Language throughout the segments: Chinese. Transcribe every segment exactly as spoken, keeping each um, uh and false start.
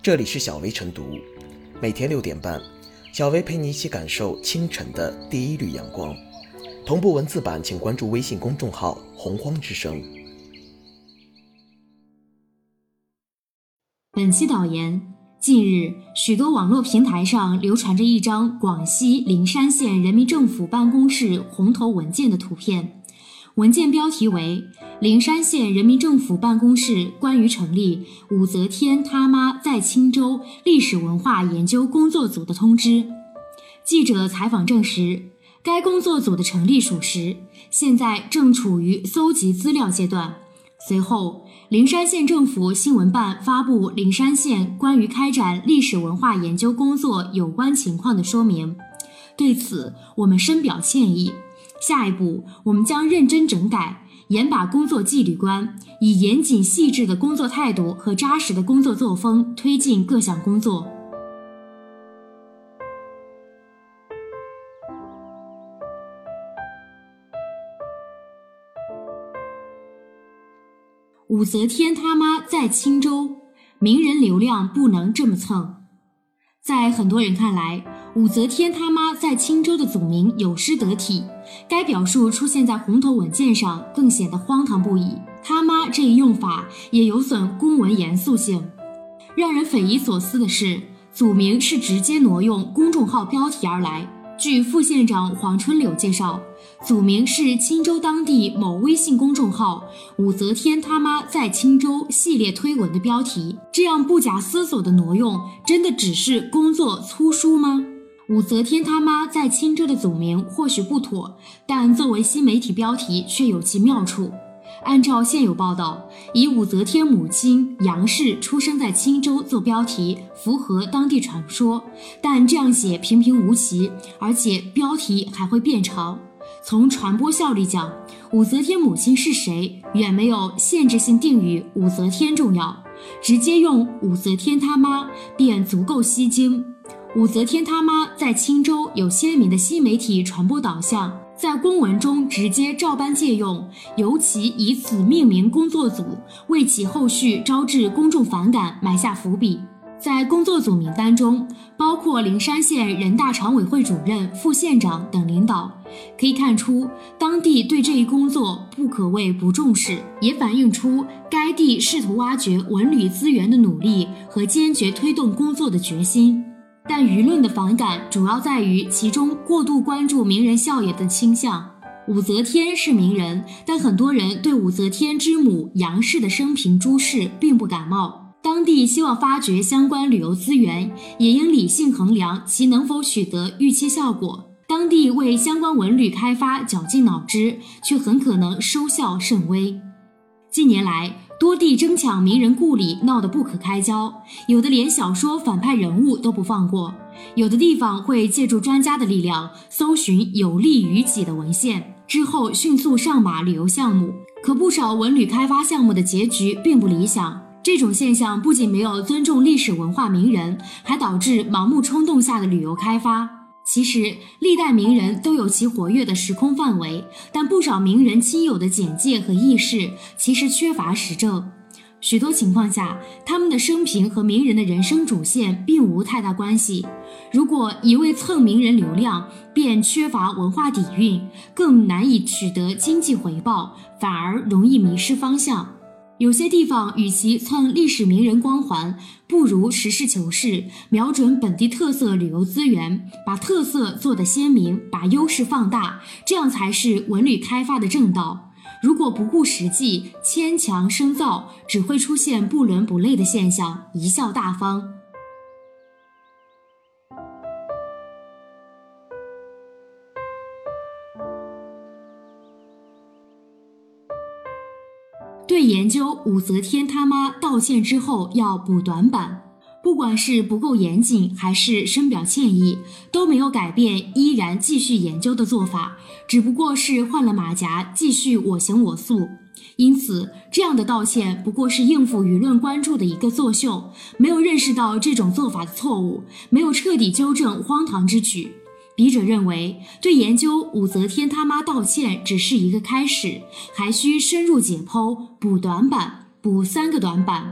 这里是小薇晨读，每天六点半，小薇陪你一起感受清晨的第一缕阳光。同步文字版请关注微信公众号洪荒之声。 本期导言：近日，许多网络平台上流传着一张广西灵山县人民政府办公室红头文件的图片，文件标题为灵山县人民政府办公室关于成立武则天他妈在青州历史文化研究工作组的通知。记者采访证实，该工作组的成立属实，现在正处于搜集资料阶段。随后，灵山县政府新闻办发布灵山县关于开展历史文化研究工作有关情况的说明。对此，我们深表歉意。下一步，我们将认真整改，严把工作纪律关，以严谨细致的工作态度和扎实的工作作风推进各项工作。武则天他妈在青州，名人流量不能这么蹭。在很多人看来，武则天他妈在青州的祖名有失得体，该表述出现在红头文件上更显得荒唐不已。他妈这一用法也有损公文严肃性。让人匪夷所思的是，祖名是直接挪用公众号标题而来。据副县长黄春柳介绍，祖名是青州当地某微信公众号武则天他妈在青州系列推文的标题，这样不假思索的挪用，真的只是工作粗疏吗？武则天他妈在青州的祖名或许不妥，但作为新媒体标题却有其妙处。按照现有报道，以武则天母亲杨氏出生在青州做标题，符合当地传说，但这样写平平无奇，而且标题还会变长。从传播效率讲，武则天母亲是谁远没有限制性定语武则天重要，直接用武则天他妈便足够吸睛。武则天他妈在青州有鲜明的新媒体传播导向，在公文中直接照搬借用，尤其以此命名工作组，为其后续招致公众反感埋下伏笔。在工作组名单中，包括灵山县人大常委会主任、副县长等领导，可以看出当地对这一工作不可谓不重视，也反映出该地试图挖掘文旅资源的努力和坚决推动工作的决心。但舆论的反感主要在于其中过度关注名人笑也的倾向。武则天是名人，但很多人对武则天之母杨氏的生平诸事并不感冒。当地希望发掘相关旅游资源，也应理性衡量其能否取得预期效果。当地为相关文旅开发绞尽脑汁，却很可能收效甚微。近年来，多地争抢名人故里闹得不可开交，有的连小说反派人物都不放过，有的地方会借助专家的力量搜寻有利于己的文献，之后迅速上马旅游项目。可不少文旅开发项目的结局并不理想，这种现象不仅没有尊重历史文化名人，还导致盲目冲动下的旅游开发。其实历代名人都有其活跃的时空范围，但不少名人亲友的简介和轶事其实缺乏实证。许多情况下，他们的生平和名人的人生主线并无太大关系。如果一味蹭名人流量，便缺乏文化底蕴，更难以取得经济回报，反而容易迷失方向。有些地方与其蹭历史名人光环，不如实事求是，瞄准本地特色旅游资源，把特色做得鲜明，把优势放大，这样才是文旅开发的正道。如果不顾实际，牵强深造，只会出现不伦不类的现象，贻笑大方。对研究武则天他妈道歉之后要补短板，不管是不够严谨还是深表歉意，都没有改变依然继续研究的做法，只不过是换了马甲，继续我行我素。因此，这样的道歉不过是应付舆论关注的一个作秀，没有认识到这种做法的错误，没有彻底纠正荒唐之举。笔者认为，对研究武则天他妈道歉只是一个开始，还需深入解剖，补短板，补三个短板。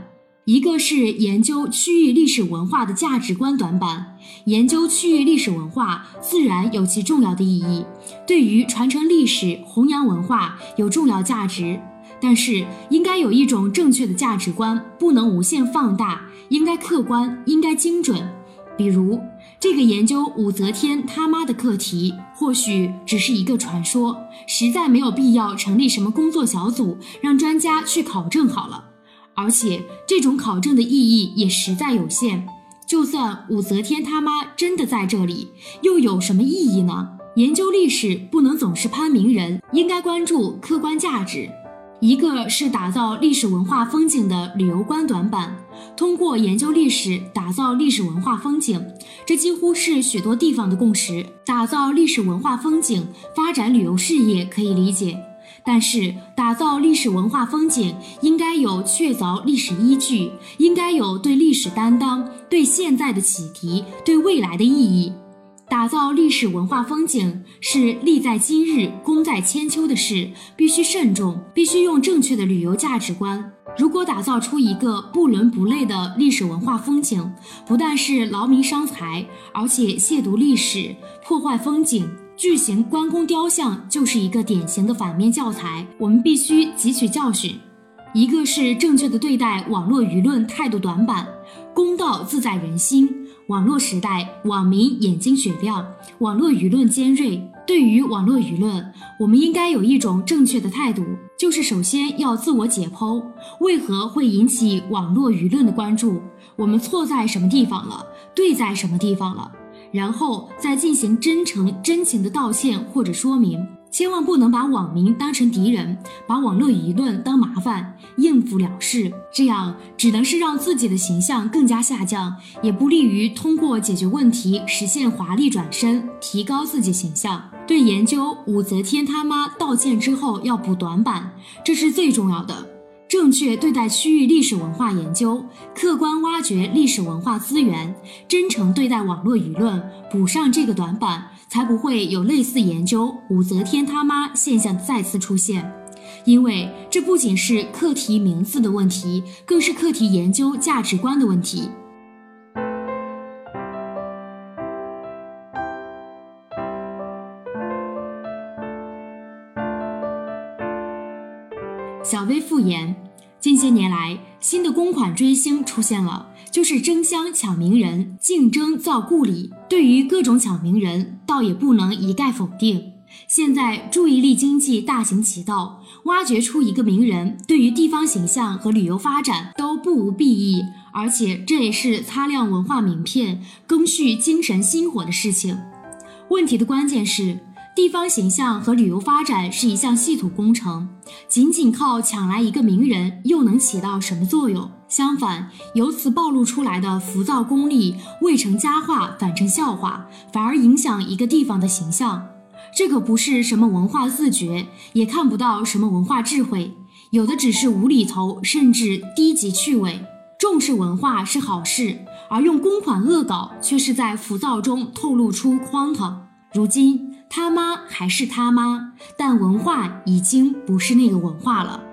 一个是研究区域历史文化的价值观短板。研究区域历史文化自然有其重要的意义，对于传承历史、弘扬文化有重要价值，但是应该有一种正确的价值观，不能无限放大，应该客观，应该精准。比如这个研究武则天他妈的课题或许只是一个传说，实在没有必要成立什么工作小组让专家去考证好了，而且这种考证的意义也实在有限。就算武则天他妈真的在这里，又有什么意义呢？研究历史不能总是攀名人，应该关注客观价值。一个是打造历史文化风景的旅游观短板，通过研究历史打造历史文化风景，这几乎是许多地方的共识。打造历史文化风景，发展旅游事业可以理解，但是打造历史文化风景应该有确凿历史依据，应该有对历史担当，对现在的启迪，对未来的意义。打造历史文化风景是利在今日，功在千秋的事，必须慎重，必须用正确的旅游价值观。如果打造出一个不伦不类的历史文化风景，不但是劳民伤财，而且亵渎历史，破坏风景。巨型关公雕像就是一个典型的反面教材，我们必须汲取教训。一个是正确的对待网络舆论态度短板，公道自在人心。网络时代，网民眼睛雪亮，网络舆论尖锐。对于网络舆论，我们应该有一种正确的态度，就是首先要自我解剖，为何会引起网络舆论的关注？我们错在什么地方了？对在什么地方了？然后再进行真诚真情的道歉或者说明。千万不能把网民当成敌人，把网络舆论当麻烦，应付了事，这样只能是让自己的形象更加下降，也不利于通过解决问题实现华丽转身，提高自己形象。对研究武则天他妈道歉之后要补短板，这是最重要的。正确对待区域历史文化研究，客观挖掘历史文化资源，真诚对待网络舆论，补上这个短板，才不会有类似研究武则天他妈现象再次出现。因为这不仅是课题名字的问题，更是课题研究价值观的问题。小微复言，近些年来，新的公款追星出现了，就是争相抢名人，竞争造故里。对于各种抢名人，倒也不能一概否定。现在注意力经济大行其道，挖掘出一个名人，对于地方形象和旅游发展都不无裨益，而且这也是擦亮文化名片、更续精神薪火的事情。问题的关键是，地方形象和旅游发展是一项系统工程，仅仅靠抢来一个名人又能起到什么作用？相反，由此暴露出来的浮躁功利未成佳话反成笑话，反而影响一个地方的形象。这可不是什么文化自觉，也看不到什么文化智慧，有的只是无厘头，甚至低级趣味。重视文化是好事，而用公款恶搞却是在浮躁中透露出荒唐。如今他妈还是他妈，但文化已经不是那个文化了。